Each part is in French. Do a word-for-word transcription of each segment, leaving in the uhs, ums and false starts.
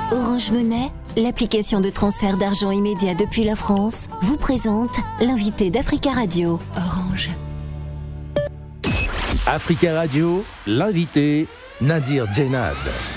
Orange Money, l'application de transfert d'argent immédiat depuis la France, vous présente l'invité d'Africa Radio. Orange. Africa Radio, l'invité, Nadir Djenad.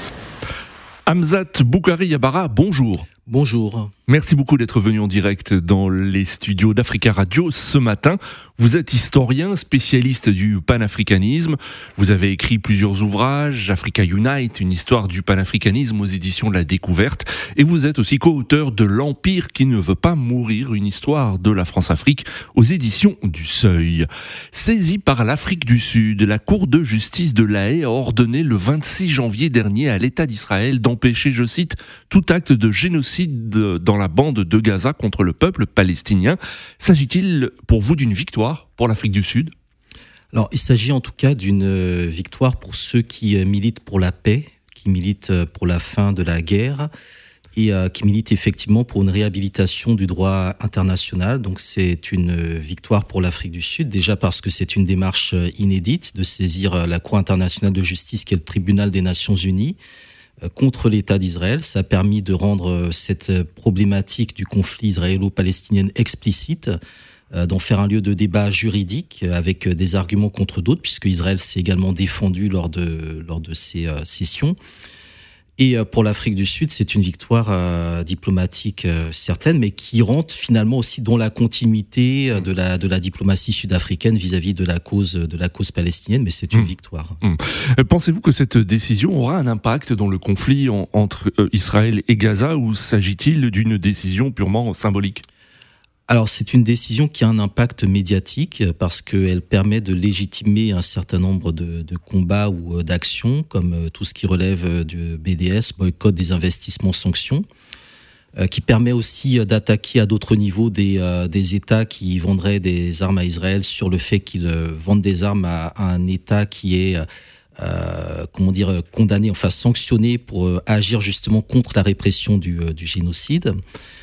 Hamzat Boukari Yabara, bonjour. Bonjour. Merci beaucoup d'être venu en direct dans les studios d'Africa Radio ce matin. Vous êtes historien, spécialiste du panafricanisme. Vous avez écrit plusieurs ouvrages, Africa Unite, une histoire du panafricanisme aux éditions de la Découverte. Et vous êtes aussi co-auteur de L'Empire qui ne veut pas mourir, une histoire de la France-Afrique aux éditions du Seuil. Saisie par l'Afrique du Sud, la Cour de justice de La Haye a ordonné le vingt-six janvier dernier à l'État d'Israël d'empêcher, je cite, tout acte de génocide dans la bande de Gaza contre le peuple palestinien. S'agit-il pour vous d'une victoire pour l'Afrique du Sud ? Alors, il s'agit en tout cas d'une victoire pour ceux qui militent pour la paix, qui militent pour la fin de la guerre et qui militent effectivement pour une réhabilitation du droit international. Donc c'est une victoire pour l'Afrique du Sud, déjà parce que c'est une démarche inédite de saisir la Cour internationale de justice qui est le tribunal des Nations Unies contre l'État d'Israël. Ça a permis de rendre cette problématique du conflit israélo-palestinien explicite, d'en faire un lieu de débat juridique avec des arguments contre d'autres, puisque Israël s'est également défendu lors de, lors de ces sessions. Et pour l'Afrique du Sud, c'est une victoire euh, diplomatique euh, certaine, mais qui rentre finalement aussi dans la continuité de la, de la diplomatie sud-africaine vis-à-vis de la cause, de la cause palestinienne, mais c'est une mmh. victoire. Mmh. Pensez-vous que cette décision aura un impact dans le conflit en, entre euh, Israël et Gaza, ou s'agit-il d'une décision purement symbolique ? Alors, c'est une décision qui a un impact médiatique parce qu'elle permet de légitimer un certain nombre de, de combats ou d'actions, comme tout ce qui relève du B D S, boycott des investissements, sanctions, euh, qui permet aussi d'attaquer à d'autres niveaux des, euh, des États qui vendraient des armes à Israël sur le fait qu'ils vendent des armes à, à un État qui est euh, comment dire, condamné, enfin sanctionné pour agir justement contre la répression du, du génocide.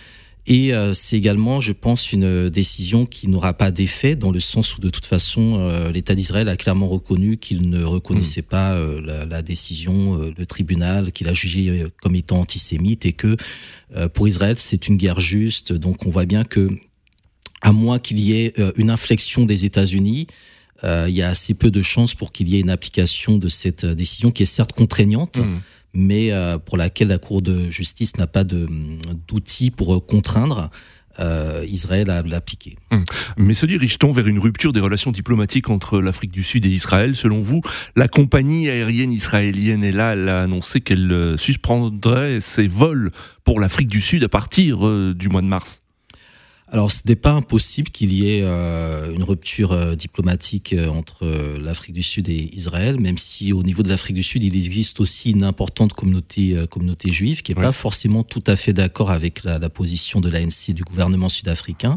Et euh, c'est également, je pense, une décision qui n'aura pas d'effet, dans le sens où, de toute façon, euh, l'État d'Israël a clairement reconnu qu'il ne reconnaissait mmh. pas euh, la, la décision, euh, le tribunal, qu'il a jugé euh, comme étant antisémite, et que euh, pour Israël, c'est une guerre juste. Donc on voit bien que, à moins qu'il y ait euh, une inflexion des États-Unis, euh, il y a assez peu de chances pour qu'il y ait une application de cette décision, qui est certes contraignante, mmh. mais euh, pour laquelle la Cour de justice n'a pas de, d'outils pour contraindre euh, Israël à l'appliquer. Hum. Mais se dirige-t-on vers une rupture des relations diplomatiques entre l'Afrique du Sud et Israël ? Selon vous, la compagnie aérienne israélienne, est là, elle a annoncé qu'elle suspendrait ses vols pour l'Afrique du Sud à partir euh, du mois de mars. Alors, ce n'est pas impossible qu'il y ait euh, une rupture euh, diplomatique euh, entre euh, l'Afrique du Sud et Israël, même si au niveau de l'Afrique du Sud, il existe aussi une importante communauté, euh, communauté juive qui n'est oui. pas forcément tout à fait d'accord avec la, la position de l'A N C, du gouvernement sud-africain.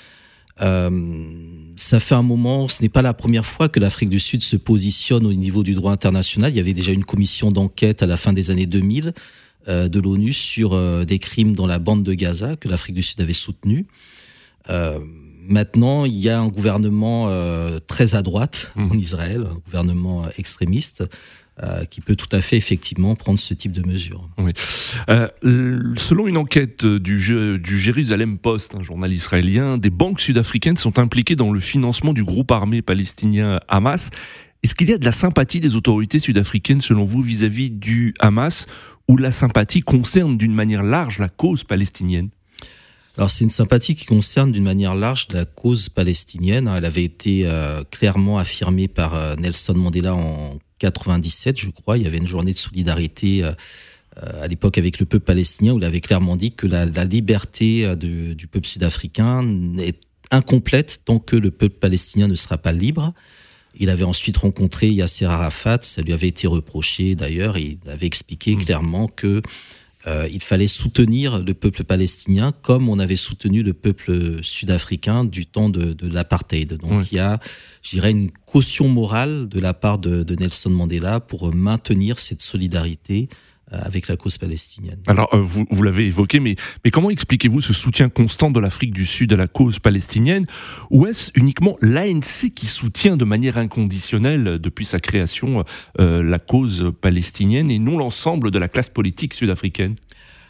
Euh, ça fait un moment, ce n'est pas la première fois que l'Afrique du Sud se positionne au niveau du droit international. Il y avait déjà une commission d'enquête à la fin des années deux mille euh, de l'ONU sur euh, des crimes dans la bande de Gaza que l'Afrique du Sud avait soutenu. Euh, maintenant, il y a un gouvernement euh, très à droite mmh. en Israël, un gouvernement extrémiste, euh, qui peut tout à fait effectivement prendre ce type de mesures. Oui. Euh, selon une enquête du, du Jérusalem Post, un journal israélien, des banques sud-africaines sont impliquées dans le financement du groupe armé palestinien Hamas. Est-ce qu'il y a de la sympathie des autorités sud-africaines, selon vous, vis-à-vis du Hamas, ou la sympathie concerne d'une manière large la cause palestinienne ? Alors c'est une sympathie qui concerne d'une manière large la cause palestinienne. Elle avait été euh, clairement affirmée par euh, Nelson Mandela en quatre-vingt-dix-sept, je crois. Il y avait une journée de solidarité euh, à l'époque avec le peuple palestinien où il avait clairement dit que la, la liberté de, du peuple sud-africain est incomplète tant que le peuple palestinien ne sera pas libre. Il avait ensuite rencontré Yasser Arafat, ça lui avait été reproché d'ailleurs, et il avait expliqué mmh. clairement que Euh, il fallait soutenir le peuple palestinien comme on avait soutenu le peuple sud-africain du temps de, de l'apartheid. Donc oui. il y a, je dirais, une caution morale de la part de, de Nelson Mandela pour maintenir cette solidarité avec la cause palestinienne. Alors, euh, vous, vous l'avez évoqué, mais, mais comment expliquez-vous ce soutien constant de l'Afrique du Sud à la cause palestinienne ? Ou est-ce uniquement l'A N C qui soutient de manière inconditionnelle, depuis sa création, euh, la cause palestinienne et non l'ensemble de la classe politique sud-africaine ?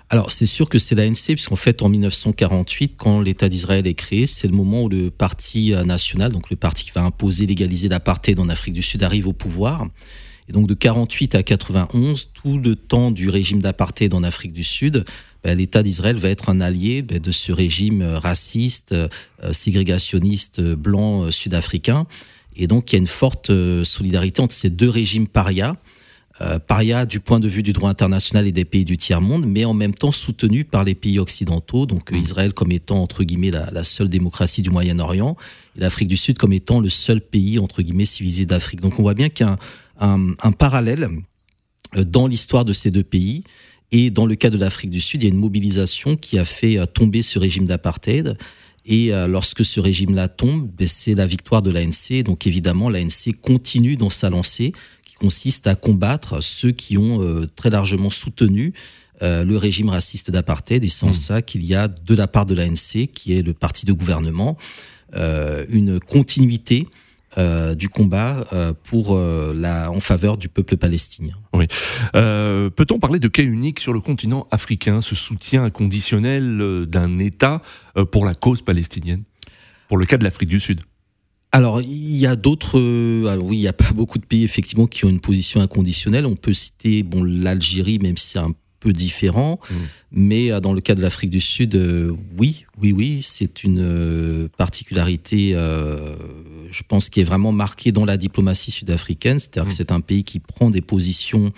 Alors, c'est sûr que c'est l'A N C, puisqu'en fait, en dix-neuf cent quarante-huit, quand l'État d'Israël est créé, c'est le moment où le parti national, donc le parti qui va imposer, légaliser l'apartheid en Afrique du Sud, arrive au pouvoir. Et donc, de quarante-huit à quatre-vingt-onze, tout le temps du régime d'apartheid en Afrique du Sud, ben, l'État d'Israël va être un allié ben, de ce régime raciste, euh, ségrégationniste, blanc, euh, sud-africain. Et donc, il y a une forte euh, solidarité entre ces deux régimes parias. Euh, paria du point de vue du droit international et des pays du tiers-monde, mais en même temps soutenu par les pays occidentaux, donc mmh. Israël comme étant, entre guillemets, la, la seule démocratie du Moyen-Orient, et l'Afrique du Sud comme étant le seul pays, entre guillemets, civilisé d'Afrique. Donc on voit bien qu'il y a un, un, un parallèle dans l'histoire de ces deux pays, et dans le cas de l'Afrique du Sud, il y a une mobilisation qui a fait tomber ce régime d'apartheid, et euh, lorsque ce régime-là tombe, ben, c'est la victoire de l'A N C, donc évidemment l'A N C continue dans sa lancée, consiste à combattre ceux qui ont euh, très largement soutenu euh, le régime raciste d'apartheid. Et c'est en mmh. ça qu'il y a, de la part de l'A N C, qui est le parti de gouvernement, euh, une continuité euh, du combat euh, pour, euh, la, en faveur du peuple palestinien. Oui. Euh, peut-on parler de cas unique sur le continent africain, ce soutien inconditionnel d'un État pour la cause palestinienne, pour le cas de l'Afrique du Sud ? Alors, il y a d'autres... Alors oui, il n'y a pas beaucoup de pays, effectivement, qui ont une position inconditionnelle. On peut citer bon, l'Algérie, même si c'est un peu différent. Mmh. Mais dans le cas de l'Afrique du Sud, euh, oui, oui, oui, c'est une euh, particularité, euh, je pense, qui est vraiment marquée dans la diplomatie sud-africaine. C'est-à-dire mmh. que c'est un pays qui prend des positions,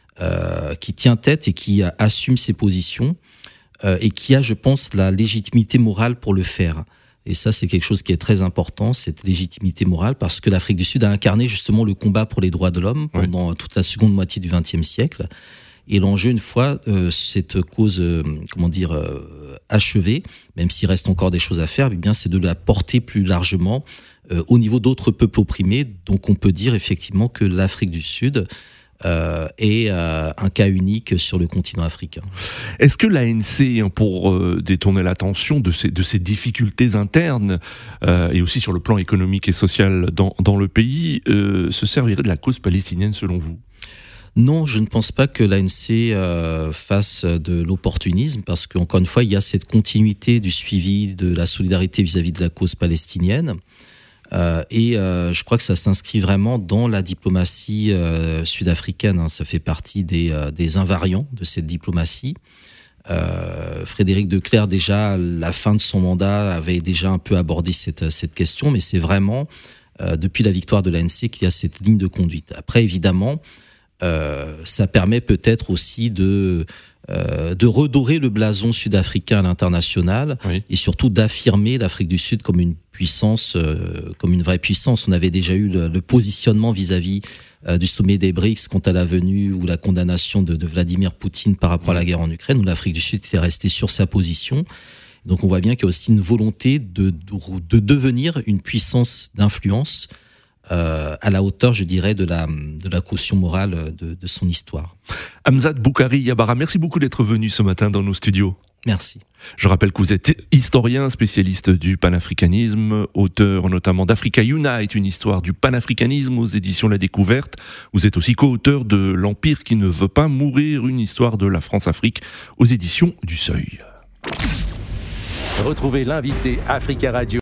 euh, qui tient tête et qui assume ses positions euh, et qui a, je pense, la légitimité morale pour le faire. Et ça, c'est quelque chose qui est très important, cette légitimité morale, parce que l'Afrique du Sud a incarné justement le combat pour les droits de l'homme oui. pendant toute la seconde moitié du vingtième siècle. Et l'enjeu, une fois euh, cette cause, euh, comment dire, euh, achevée, même s'il reste encore des choses à faire, eh bien, c'est de la porter plus largement euh, au niveau d'autres peuples opprimés. Donc, on peut dire effectivement que l'Afrique du Sud Euh, et euh, un cas unique sur le continent africain. Est-ce que l'A N C, pour euh, détourner l'attention de ces, de ces difficultés internes euh, et aussi sur le plan économique et social dans, dans le pays, euh, se servirait de la cause palestinienne selon vous ? Non, je ne pense pas que l'A N C euh, fasse de l'opportunisme, parce qu'encore une fois, il y a cette continuité du suivi de la solidarité vis-à-vis de la cause palestinienne. Euh, et euh, je crois que ça s'inscrit vraiment dans la diplomatie euh, sud-africaine. Hein. Ça fait partie des, euh, des invariants de cette diplomatie. Euh, Frédéric de Clercq, déjà, à la fin de son mandat, avait déjà un peu abordé cette, cette question, mais c'est vraiment euh, depuis la victoire de l'A N C qu'il y a cette ligne de conduite. Après, évidemment, euh, ça permet peut-être aussi de... Euh, de redorer le blason sud-africain à l'international oui. et surtout d'affirmer l'Afrique du Sud comme une puissance, euh, comme une vraie puissance. On avait déjà eu le, le positionnement vis-à-vis euh, du sommet des B R I C S quant à la venue ou la condamnation de, de Vladimir Poutine par rapport oui. à la guerre en Ukraine, où l'Afrique du Sud était restée sur sa position. Donc on voit bien qu'il y a aussi une volonté de, de, de devenir une puissance d'influence Euh, à la hauteur, je dirais, de la, de la caution morale de, de son histoire. Hamzat Boukari Yabara, merci beaucoup d'être venu ce matin dans nos studios. Merci. Je rappelle que vous êtes historien, spécialiste du panafricanisme, auteur notamment d'Africa Unite, une histoire du panafricanisme aux éditions La Découverte. Vous êtes aussi co-auteur de L'Empire qui ne veut pas mourir, une histoire de la France-Afrique aux éditions du Seuil. Retrouvez l'invité Africa Radio